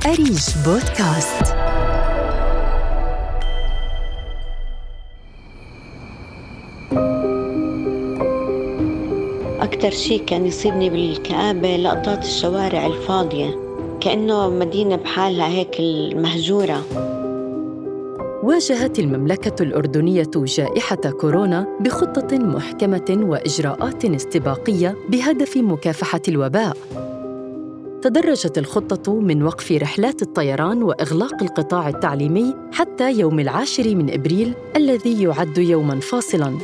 أريج بودكاست. أكتر شيء كان يصيبني بالكآبة لقطات الشوارع الفاضية، كأنه مدينة بحالها هيك المهجورة. واجهت المملكة الأردنية جائحة كورونا بخطة محكمة وإجراءات استباقية بهدف مكافحة الوباء. تدرجت الخطة من وقف رحلات الطيران وإغلاق القطاع التعليمي حتى يوم 10 من إبريل الذي يعد يوماً فاصلاً.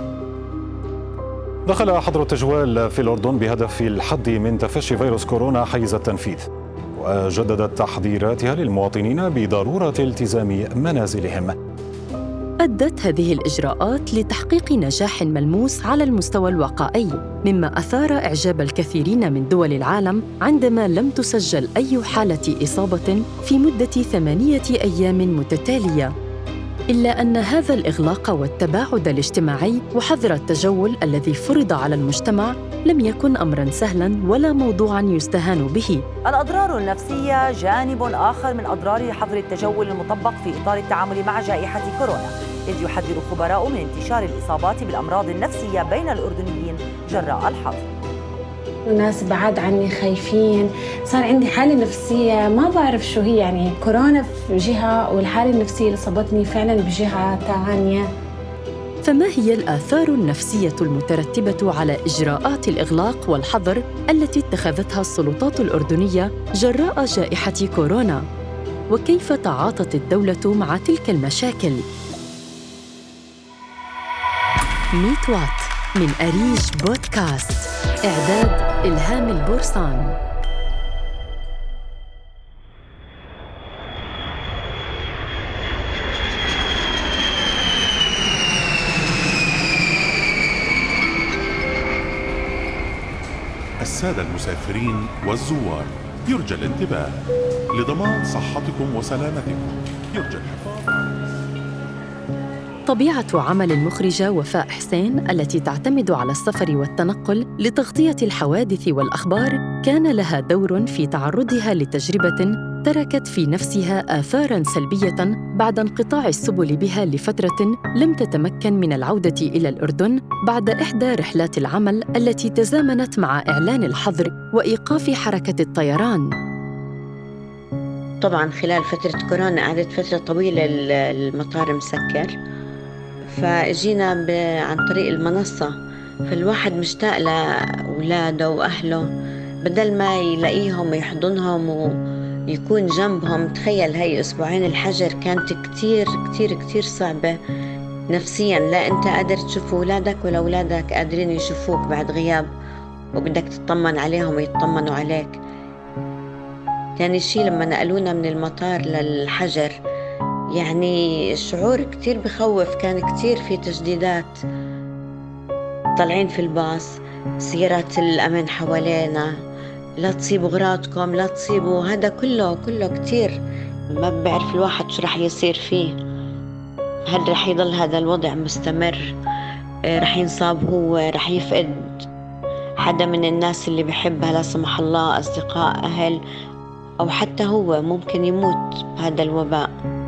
دخل حظر التجوال في الأردن بهدف الحد من تفشي فيروس كورونا حيز التنفيذ، وجددت تحذيراتها للمواطنين بضرورة التزام منازلهم. أدت هذه الإجراءات لتحقيق نجاح ملموس على المستوى الوقائي، مما أثار إعجاب الكثيرين من دول العالم عندما لم تسجل أي حالة إصابة في مدة 8 أيام متتالية. إلا أن هذا الإغلاق والتباعد الاجتماعي وحظر التجول الذي فرض على المجتمع لم يكن أمراً سهلاً ولا موضوعاً يستهان به. الأضرار النفسية جانب آخر من أضرار حظر التجول المطبق في إطار التعامل مع جائحة كورونا، إذ يحذر خبراء من انتشار الإصابات بالأمراض النفسية بين الأردنيين جراء الحظر. الناس بعد عني خايفين، صار عندي حالة نفسية ما بعرف شو هي، يعني كورونا في جهة والحالة النفسية اللي صابتني فعلاً بجهة تانية. فما هي الآثار النفسية المترتبة على إجراءات الإغلاق والحظر التي اتخذتها السلطات الأردنية جراء جائحة كورونا؟ وكيف تعاطت الدولة مع تلك المشاكل؟ 100 وات من أريج بودكاست. إعداد إلهام البورصان. السادة المسافرين والزوار، يرجى الانتباه لضمان صحتكم وسلامتكم. يرجى الحفاظ. طبيعة عمل المخرجة وفاء حسين التي تعتمد على السفر والتنقل لتغطية الحوادث والأخبار كان لها دور في تعرضها لتجربة تركت في نفسها آثاراً سلبية بعد انقطاع السبل بها لفترة لم تتمكن من العودة إلى الأردن بعد إحدى رحلات العمل التي تزامنت مع إعلان الحظر وإيقاف حركة الطيران. طبعاً خلال فترة كورونا قعدت فترة طويلة المطار مسكر، فجينا عن طريق المنصة، فالواحد مشتاق لأولاده وأهله بدل ما يلاقيهم ويحضنهم ويكون جنبهم. تخيل هاي أسبوعين الحجر كانت كتير كتير كتير صعبة نفسياً، لا أنت قادر تشوف أولادك ولا أولادك قادرين يشوفوك بعد غياب، وبدك تطمن عليهم ويطمنوا عليك. تاني شي لما نقلونا من المطار للحجر، يعني الشعور كتير بخوف، كان كتير في تجديدات. طالعين في الباص سيارات الأمن حوالينا، لا تصيبوا غراضكم لا تصيبوا، هذا كله كتير ما بعرف الواحد شو رح يصير فيه. هل رح يضل هذا الوضع مستمر؟ رح ينصاب هو، رح يفقد حدا من الناس اللي بحبها لا سمح الله، أصدقاء، أهل، أو حتى هو ممكن يموت بهذا الوباء.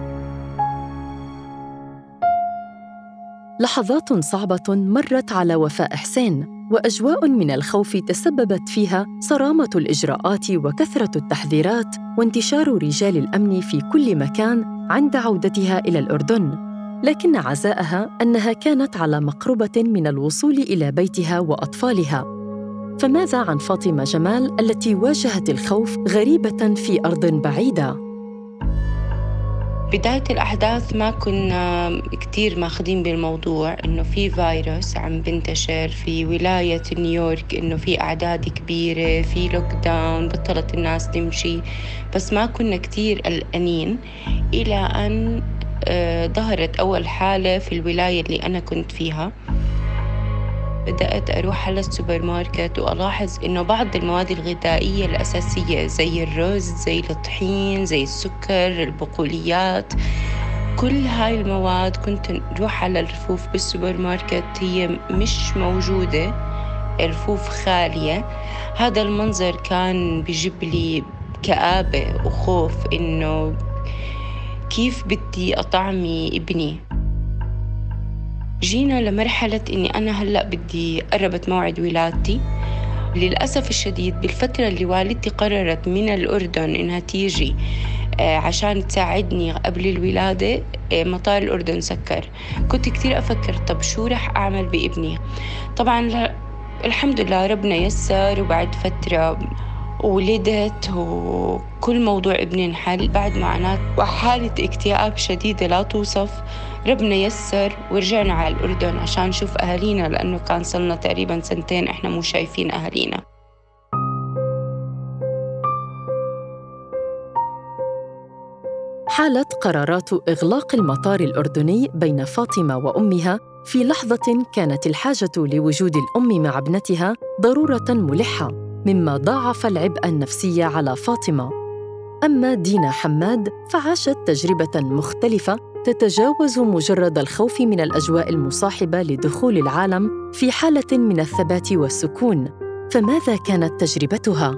لحظات صعبة مرت على وفاء حسين، وأجواء من الخوف تسببت فيها صرامة الإجراءات وكثرة التحذيرات وانتشار رجال الأمن في كل مكان عند عودتها إلى الأردن. لكن عزاءها أنها كانت على مقربة من الوصول إلى بيتها وأطفالها. فماذا عن فاطمة جمال التي واجهت الخوف غريبة في أرض بعيدة؟ بداية الأحداث ما كنا كتير ماخدين بالموضوع إنه في فيروس عم بنتشر في ولاية نيويورك، إنه في أعداد كبيرة، في لوك داون، بطلت الناس تمشي، بس ما كنا كتير قلقانين إلى أن ظهرت أول حالة في الولاية اللي أنا كنت فيها. بدأت أروح على السوبر ماركت وألاحظ إنه بعض المواد الغذائية الأساسية زي الرز، زي الطحين، زي السكر، البقوليات، كل هاي المواد كنت نروح على الرفوف بالسوبر ماركت هي مش موجودة، الرفوف خالية. هذا المنظر كان بيجيب لي كآبة وخوف إنه كيف بدي أطعمي ابني. جينا لمرحلة إني أنا هلأ بدي قربت موعد ولادتي. للأسف الشديد بالفترة اللي والدتي قررت من الأردن إنها تيجي عشان تساعدني قبل الولادة، مطار الأردن سكر. كنت كتير أفكر طب شو رح أعمل بابني. طبعا الحمد لله ربنا يسر، وبعد فترة ولدت وكل موضوع ابني انحل بعد معاناة وحالة اكتئاب شديدة لا توصف. ربنا يسر ورجعنا على الأردن عشان نشوف أهالينا، لأنه كان صلنا تقريبا 2 إحنا مو شايفين أهالينا. حالت قرارات إغلاق المطار الأردني بين فاطمة وأمها في لحظة كانت الحاجة لوجود الأم مع ابنتها ضرورة ملحة، مما ضاعف العبء النفسي على فاطمة. أما دينا حماد فعاشت تجربة مختلفة تتجاوز مجرد الخوف من الأجواء المصاحبة لدخول العالم في حالة من الثبات والسكون. فماذا كانت تجربتها؟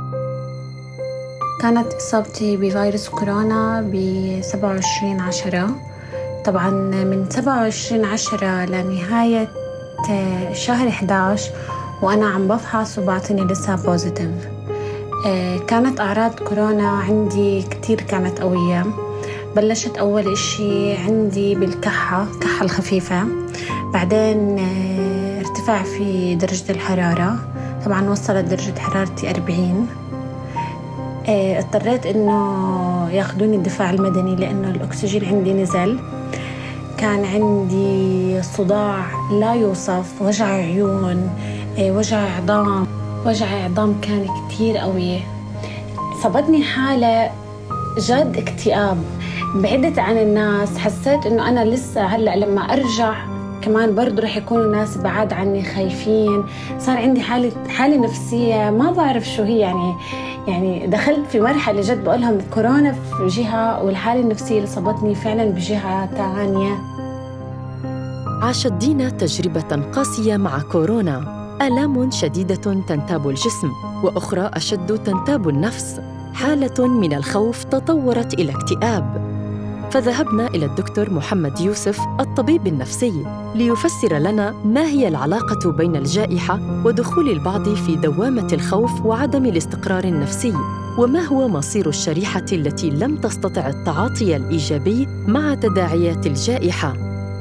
كانت إصابتي بفيروس كورونا ب27/10. طبعاً من 27/10 لنهاية شهر 11 وأنا عم بفحص وبعطيني لسه بوزيتيف. كانت أعراض كورونا عندي كتير كانت قوية. بلشت أول إشي عندي بالكحة الخفيفة، بعدين ارتفاع في درجة الحرارة، طبعاً وصلت درجة حرارتي 40. اضطريت إنه ياخدوني الدفاع المدني لأنه الأكسجين عندي نزل. كان عندي صداع لا يوصف، وجع عيون، وجع عظام كان كتير قوي. صابتني حالة جد اكتئاب، بعدت عن الناس. حسيت إنه أنا لسه هلأ لما أرجع كمان برضو رح يكونوا ناس بعاد عني خايفين. صار عندي حالة نفسية ما بعرف شو هي. يعني دخلت في مرحلة جد بقولهم كورونا في جهة والحالة النفسية اللي صابتني فعلا بجهة تانية. عاشت دينا تجربة قاسية مع كورونا، آلام شديدة تنتاب الجسم وأخرى أشد تنتاب النفس. حالة من الخوف تطورت إلى اكتئاب. فذهبنا إلى الدكتور محمد يوسف الطبيب النفسي ليفسر لنا ما هي العلاقة بين الجائحة ودخول البعض في دوامة الخوف وعدم الاستقرار النفسي، وما هو مصير الشريحة التي لم تستطع التعاطي الإيجابي مع تداعيات الجائحة.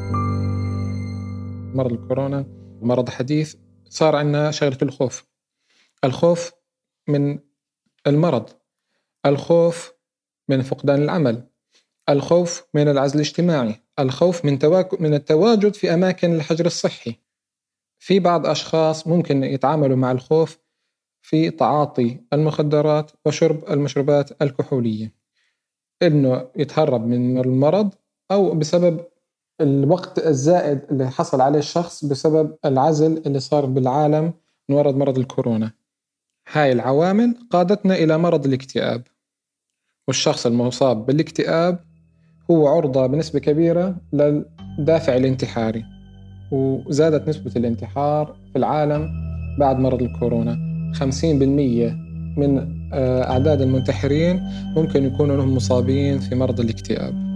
مرض الكورونا مرض حديث، صار عندنا شغلة الخوف من المرض، الخوف من فقدان العمل، الخوف من العزل الاجتماعي، الخوف من التواجد في أماكن الحجر الصحي. في بعض أشخاص ممكن يتعاملوا مع الخوف في تعاطي المخدرات وشرب المشروبات الكحولية، إنه يتهرب من المرض أو بسبب الوقت الزائد اللي حصل عليه الشخص بسبب العزل اللي صار بالعالم من وراء مرض الكورونا. هاي العوامل قادتنا إلى مرض الاكتئاب، والشخص المصاب بالاكتئاب هو عرضة بنسبة كبيرة للدافع الانتحاري، وزادت نسبة الانتحار في العالم بعد مرض الكورونا. 50% من أعداد المنتحرين ممكن يكونوا لهم مصابين في مرض الاكتئاب.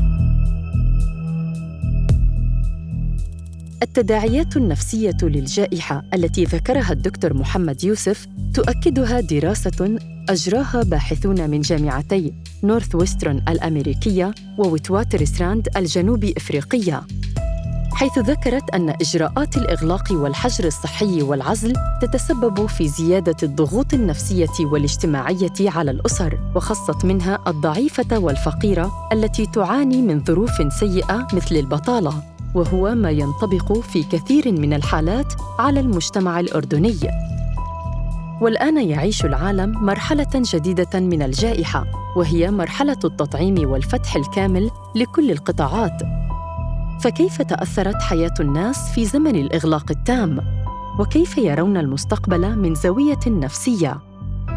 التداعيات النفسية للجائحة التي ذكرها الدكتور محمد يوسف تؤكدها دراسة أجراها باحثون من جامعتي نورث ويسترن الأمريكية وويتواترسراند الجنوب إفريقية، حيث ذكرت أن إجراءات الإغلاق والحجر الصحي والعزل تتسبب في زيادة الضغوط النفسية والاجتماعية على الأسر، وخصت منها الضعيفة والفقيرة التي تعاني من ظروف سيئة مثل البطالة، وهو ما ينطبق في كثير من الحالات على المجتمع الأردني. والآن يعيش العالم مرحلة جديدة من الجائحة، وهي مرحلة التطعيم والفتح الكامل لكل القطاعات. فكيف تأثرت حياة الناس في زمن الإغلاق التام؟ وكيف يرون المستقبل من زاوية نفسية؟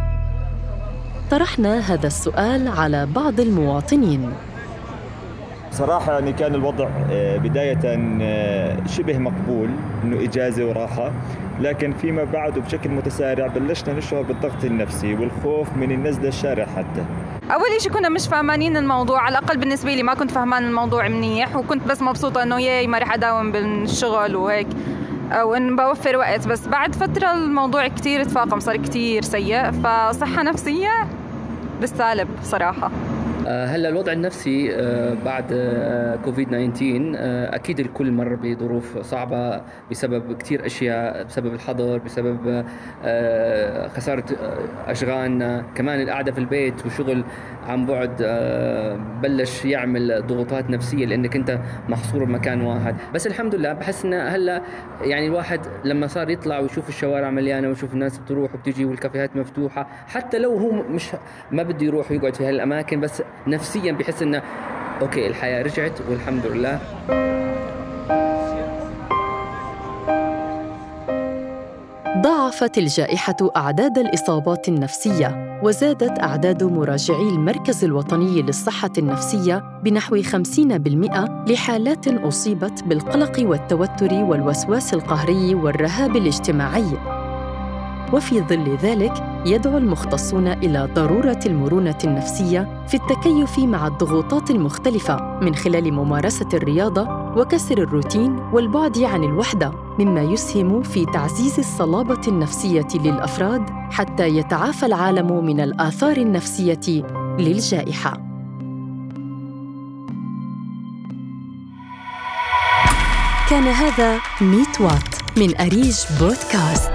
طرحنا هذا السؤال على بعض المواطنين. بصراحة يعني كان الوضع بداية شبه مقبول، إنه إجازة وراحة، لكن فيما بعد وبشكل متسارع بلشنا نشعر بالضغط النفسي والخوف من النزلة الشارع. حتى أول شيء كنا مش فاهمانين الموضوع، على الأقل بالنسبة لي ما كنت فهمان الموضوع منيح، وكنت بس مبسوطة إنه ياي ما رح أداوم بالشغل وهيك وإن بوفر وقت. بس بعد فترة الموضوع كتير تفاقم، صار كتير سيء، فصحة نفسية بالسالب صراحة. هلا الوضع النفسي بعد كوفيد 19 أكيد الكل مر بظروف صعبة بسبب كتير أشياء، بسبب الحظر، بسبب خسارة أشغالنا، كمان القعدة في البيت وشغل عن بعد بلش يعمل ضغوطات نفسية لأنك أنت محصور بمكان واحد. بس الحمد لله بحس إن هلا يعني الواحد لما صار يطلع ويشوف الشوارع مليانة ويشوف الناس بتروح وبتجي والكافيهات مفتوحة، حتى لو هو ما بده يروح ويقعد في هالأماكن، بس نفسيا بحس إنه أوكي الحياة رجعت والحمد لله. ضاعفت الجائحة أعداد الإصابات النفسية، وزادت أعداد مراجعي المركز الوطني للصحة النفسية بنحو 50% لحالات أصيبت بالقلق والتوتر والوسواس القهري والرهاب الاجتماعي. وفي ظل ذلك يدعو المختصون إلى ضرورة المرونة النفسية في التكيف مع الضغوطات المختلفة من خلال ممارسة الرياضة وكسر الروتين والبعد عن الوحدة، مما يسهم في تعزيز الصلابة النفسية للأفراد حتى يتعافى العالم من الآثار النفسية للجائحة. كان هذا 100 واط من أريج بودكاست.